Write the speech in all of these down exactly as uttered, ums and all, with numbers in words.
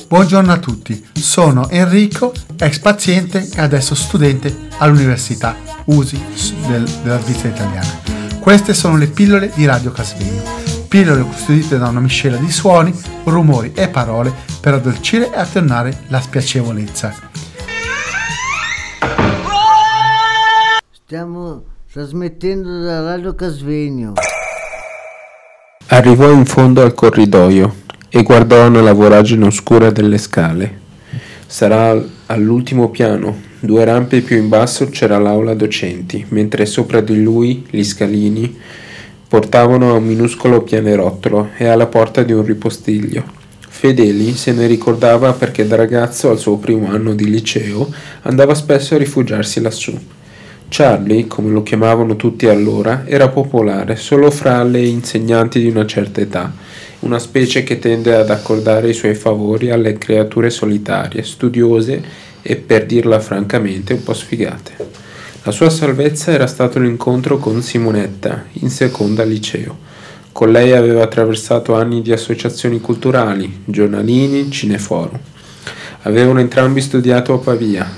Buongiorno a tutti, sono Enrico, ex paziente e adesso studente all'Università U S I del, della Svizzera italiana. Queste sono le pillole di Radio Casvegno, pillole custodite da una miscela di suoni, rumori e parole per addolcire e attenuare la spiacevolezza. Stiamo trasmettendo da Radio Casvegno. Arrivò in fondo al corridoio e guardò nella voragine oscura delle scale. Sarà all'ultimo piano. Due rampe più in basso c'era l'aula docenti, mentre sopra di lui gli scalini portavano a un minuscolo pianerottolo e alla porta di un ripostiglio. Fedeli se ne ricordava perché da ragazzo al suo primo anno di liceo andava spesso a rifugiarsi lassù. Charlie, come lo chiamavano tutti allora, era popolare solo fra le insegnanti di una certa età, una specie che tende ad accordare i suoi favori alle creature solitarie, studiose e, per dirla francamente, un po' sfigate. La sua salvezza era stato l'incontro con Simonetta, in seconda liceo. Con lei aveva attraversato anni di associazioni culturali, giornalini, cineforum. Avevano entrambi studiato a Pavia,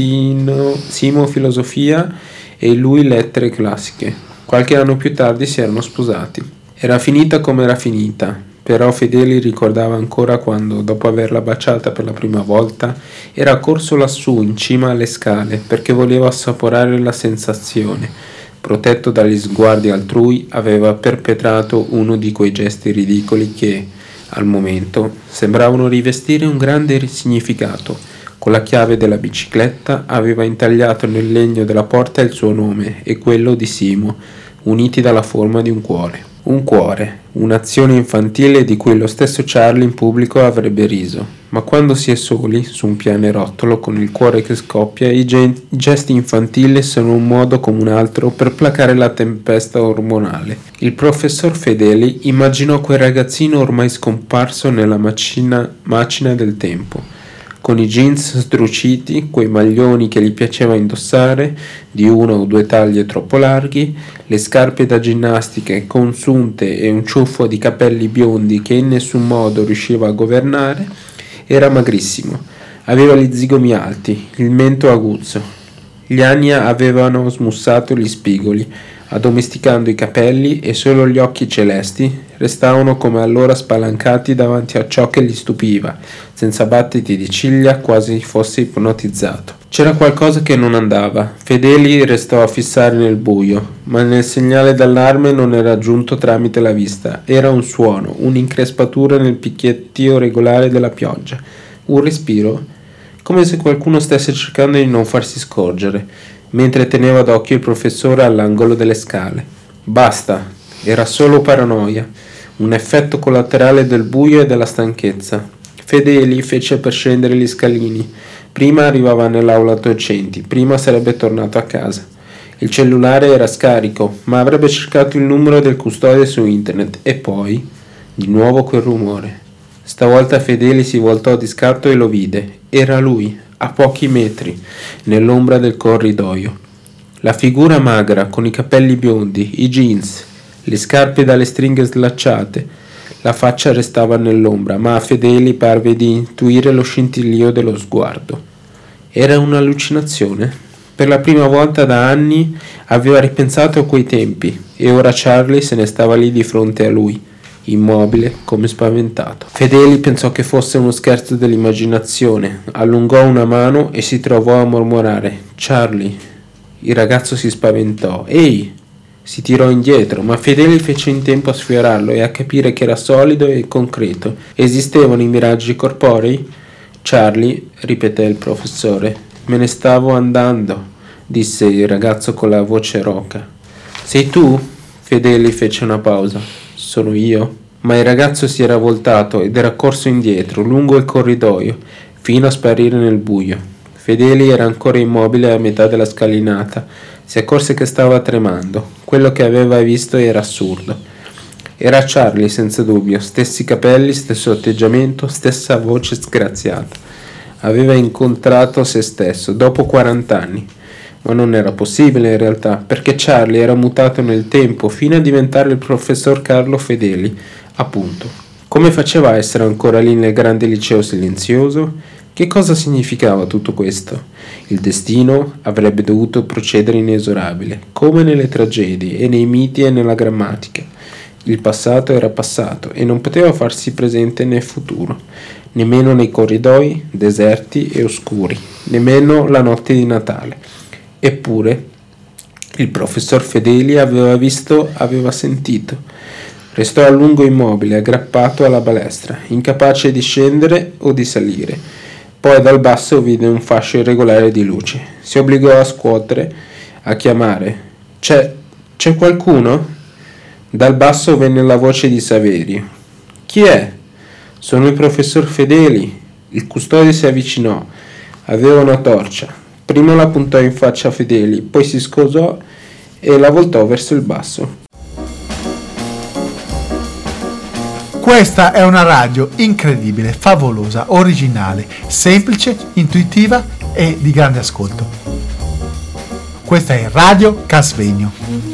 Sino, Simo filosofia e lui lettere classiche. Qualche anno più tardi si erano sposati. Era finita come era finita, però Fedeli ricordava ancora quando, dopo averla baciata per la prima volta, era corso lassù in cima alle scale perché voleva assaporare la sensazione. Protetto dagli sguardi altrui, aveva perpetrato uno di quei gesti ridicoli che, al momento, sembravano rivestire un grande significato. Con la chiave della bicicletta aveva intagliato nel legno della porta il suo nome e quello di Simo, uniti dalla forma di un cuore. Un cuore, un'azione infantile di cui lo stesso Charlie in pubblico avrebbe riso, ma quando si è soli, su un pianerottolo con il cuore che scoppia, i, gen- i gesti infantili sono un modo come un altro per placare la tempesta ormonale. Il professor Fedeli immaginò quel ragazzino ormai scomparso nella macina, macina del tempo, con i jeans sdruciti, quei maglioni che gli piaceva indossare, di una o due taglie troppo larghi, le scarpe da ginnastica consunte e un ciuffo di capelli biondi che in nessun modo riusciva a governare. Era magrissimo, aveva gli zigomi alti, il mento aguzzo. Gli anni avevano smussato gli spigoli, addomesticando i capelli, e solo gli occhi celesti restavano come allora spalancati davanti a ciò che gli stupiva, senza battiti di ciglia, quasi fosse ipnotizzato. C'era qualcosa che non andava. Fedeli restò a fissare nel buio, ma nel segnale d'allarme non era giunto tramite la vista. Era un suono, un'increspatura nel picchiettio regolare della pioggia, un respiro, come se qualcuno stesse cercando di non farsi scorgere, mentre teneva d'occhio il professore all'angolo delle scale. Basta, era solo paranoia, un effetto collaterale del buio e della stanchezza. Fedeli fece per scendere gli scalini. Prima arrivava nell'aula docenti, prima sarebbe tornato a casa. Il cellulare era scarico, ma avrebbe cercato il numero del custode su internet e poi, di nuovo quel rumore. Stavolta Fedeli si voltò di scatto e lo vide. Era lui, a pochi metri, nell'ombra del corridoio. La figura magra, con i capelli biondi, i jeans, le scarpe dalle stringhe slacciate. La faccia restava nell'ombra, ma a Fedeli parve di intuire lo scintillio dello sguardo. Era un'allucinazione? Per la prima volta da anni aveva ripensato a quei tempi, e ora Charlie se ne stava lì di fronte a lui, immobile, come spaventato. Fedeli pensò che fosse uno scherzo dell'immaginazione, allungò una mano e si trovò a mormorare: Charlie. Il ragazzo si spaventò. Ehi! Si tirò indietro, ma Fedeli fece in tempo a sfiorarlo e a capire che era solido e concreto. Esistevano i miraggi corporei? Charlie, ripeté il professore. Me ne stavo andando, disse il ragazzo con la voce roca. Sei tu? Fedeli fece una pausa. Sono io? Ma il ragazzo si era voltato ed era corso indietro, lungo il corridoio, fino a sparire nel buio. Fedeli era ancora immobile a metà della scalinata. Si accorse che stava tremando. Quello che aveva visto era assurdo. Era Charlie, senza dubbio. Stessi capelli, stesso atteggiamento, stessa voce sgraziata. Aveva incontrato se stesso, dopo quarant'anni. Ma non era possibile in realtà, perché Charlie era mutato nel tempo fino a diventare il professor Carlo Fedeli, appunto. Come faceva a essere ancora lì nel grande liceo silenzioso? Che cosa significava tutto questo? Il destino avrebbe dovuto procedere inesorabile, come nelle tragedie e nei miti e nella grammatica. Il passato era passato e non poteva farsi presente nel futuro, nemmeno nei corridoi deserti e oscuri, nemmeno la notte di Natale. Eppure il professor Fedeli aveva visto, aveva sentito. Restò a lungo immobile, aggrappato alla balestra, incapace di scendere o di salire. Poi dal basso vide un fascio irregolare di luce. Si obbligò a scuotere, a chiamare. C'è, c'è qualcuno? Dal basso venne la voce di Saverio. Chi è? Sono il professor Fedeli. Il custode si avvicinò. Aveva una torcia. Prima la puntò in faccia a Fedeli, poi si scosò e la voltò verso il basso. Questa è una radio incredibile, favolosa, originale, semplice, intuitiva e di grande ascolto. Questa è Radio Casvegno.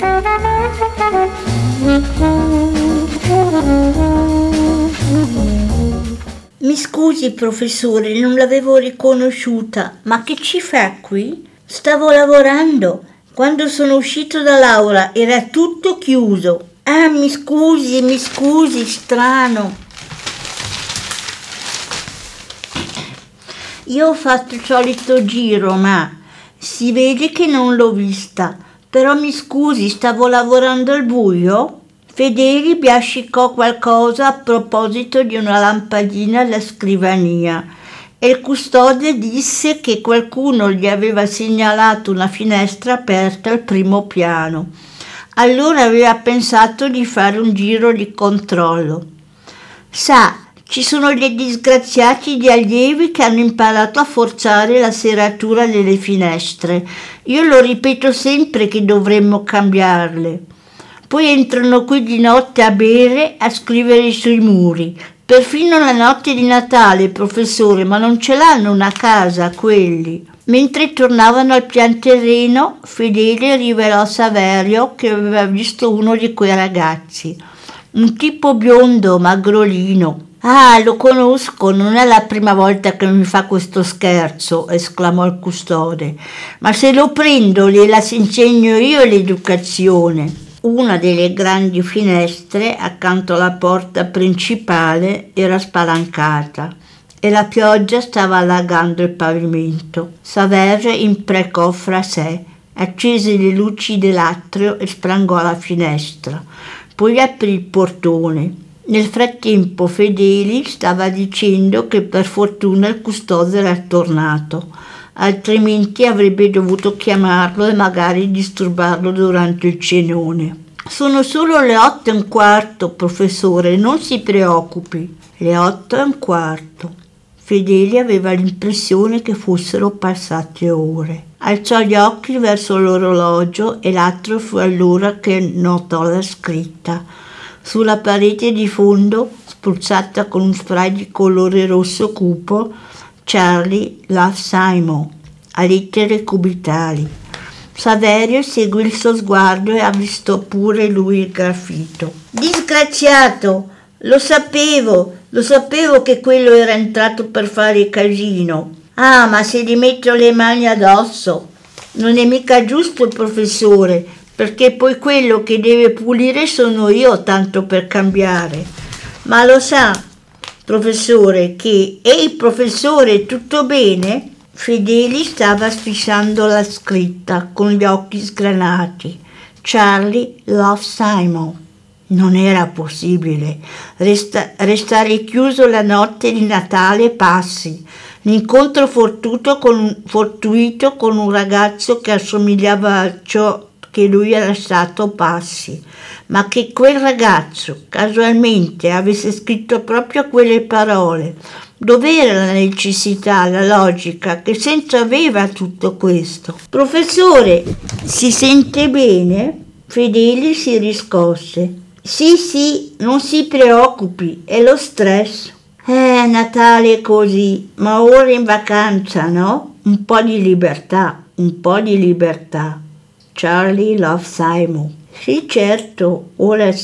Mi scusi professore, non l'avevo riconosciuta, ma che ci fa qui? Stavo lavorando. Quando sono uscito dall'aula era tutto chiuso. Ah, mi scusi, mi scusi, strano. Io ho fatto il solito giro, ma si vede che non l'ho vista. Però mi scusi, stavo lavorando al buio? Fedeli biascicò qualcosa a proposito di una lampadina alla scrivania e il custode disse che qualcuno gli aveva segnalato una finestra aperta al primo piano. Allora aveva pensato di fare un giro di controllo. Sa, ci sono dei disgraziati di allievi che hanno imparato a forzare la serratura delle finestre. Io lo ripeto sempre che dovremmo cambiarle. Poi entrano qui di notte a bere, a scrivere sui muri. Perfino la notte di Natale, professore, ma non ce l'hanno una casa quelli. Mentre tornavano al pian terreno, Fedele rivelò a Saverio che aveva visto uno di quei ragazzi. Un tipo biondo, magrolino. Ah, lo conosco, non è la prima volta che mi fa questo scherzo, esclamò il custode. Ma se lo prendo gliela insegno io l'educazione. Una delle grandi finestre accanto alla porta principale era spalancata e la pioggia stava allagando il pavimento. Saverio imprecò fra sé, accese le luci dell'atrio e sprangò la finestra. Poi aprì il portone. Nel frattempo Fedeli stava dicendo che per fortuna il custode era tornato, altrimenti avrebbe dovuto chiamarlo e magari disturbarlo durante il cenone. Sono solo le otto e un quarto, professore, non si preoccupi. Le otto e un quarto. Fedeli aveva l'impressione che fossero passate ore. Alzò gli occhi verso l'orologio e l'altro fu allora che notò la scritta. Sulla parete di fondo, spruzzata con un spray di colore rosso cupo, Charlie Love Simon, a lettere cubitali. Saverio seguì il suo sguardo e avvistò pure lui il graffito. Disgraziato! Lo sapevo, lo sapevo che quello era entrato per fare casino. Ah, ma se gli metto le mani addosso. Non è mica giusto, professore, perché poi quello che deve pulire sono io, tanto per cambiare. Ma lo sa, professore, che... Ehi, professore, tutto bene? Fedeli stava sfisciando la scritta con gli occhi sgranati. Charlie Love Simon. Non era possibile. Resta, restare chiuso la notte di Natale passi. L'incontro fortuito con, fortuito con un ragazzo che assomigliava a ciò che lui era stato passi. Ma che quel ragazzo casualmente avesse scritto proprio quelle parole. Dov'era la necessità, la logica? Che senso aveva tutto questo? Professore, si sente bene? Fedeli si riscosse. Sì, sì, non si preoccupi, è lo stress. Eh, Natale è così, ma ora in vacanza, no? Un po' di libertà, un po' di libertà. Charlie Love Simon. Sì, certo, ora sì.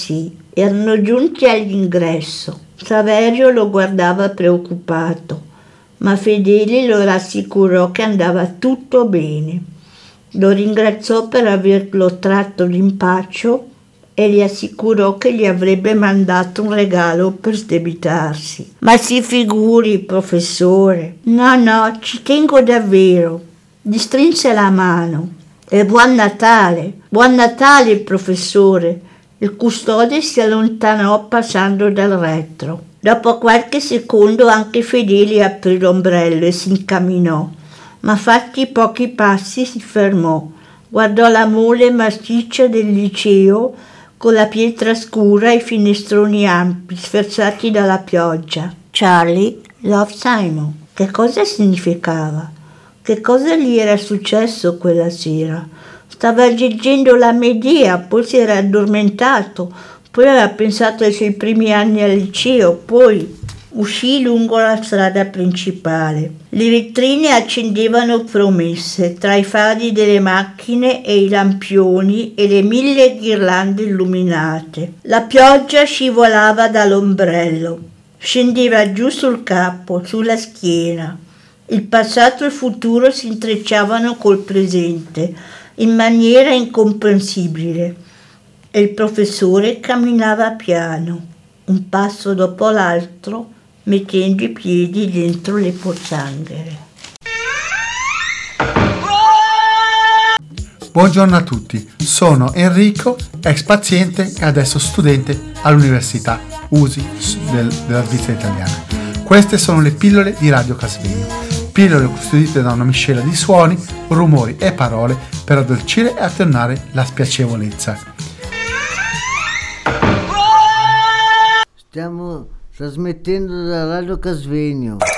Erano giunti all'ingresso. Saverio lo guardava preoccupato, ma Fedeli lo rassicurò che andava tutto bene. Lo ringraziò per averlo tratto d'impaccio e gli assicurò che gli avrebbe mandato un regalo per sdebitarsi. Ma si figuri, professore. No, no, ci tengo davvero. Gli strinse la mano. E buon Natale. Buon Natale, professore. Il custode si allontanò passando dal retro. Dopo qualche secondo anche Fedeli aprì l'ombrello e si incamminò, ma fatti pochi passi si fermò. Guardò la mole massiccia del liceo con la pietra scura e i finestroni ampi sferzati dalla pioggia. Charlie Love Simon. Che cosa significava? Che cosa gli era successo quella sera? Stava leggendo la Medea, poi si era addormentato, poi aveva pensato ai suoi primi anni al liceo, poi uscì lungo la strada principale. Le vetrine accendevano promesse tra i fari delle macchine e i lampioni e le mille ghirlande illuminate. La pioggia scivolava dall'ombrello, scendeva giù sul capo, sulla schiena. Il passato e il futuro si intrecciavano col presente in maniera incomprensibile e il professore camminava piano, un passo dopo l'altro, mettendo i piedi dentro le pozzanghere. Buongiorno a tutti, sono Enrico, ex paziente e adesso studente all'Università U S I del, della Svizzera italiana. Queste sono le pillole di Radio Casvegno, pillole custodite da una miscela di suoni, rumori e parole per addolcire e attenuare la spiacevolezza. Stiamo trasmettendo da Radio Casvegno.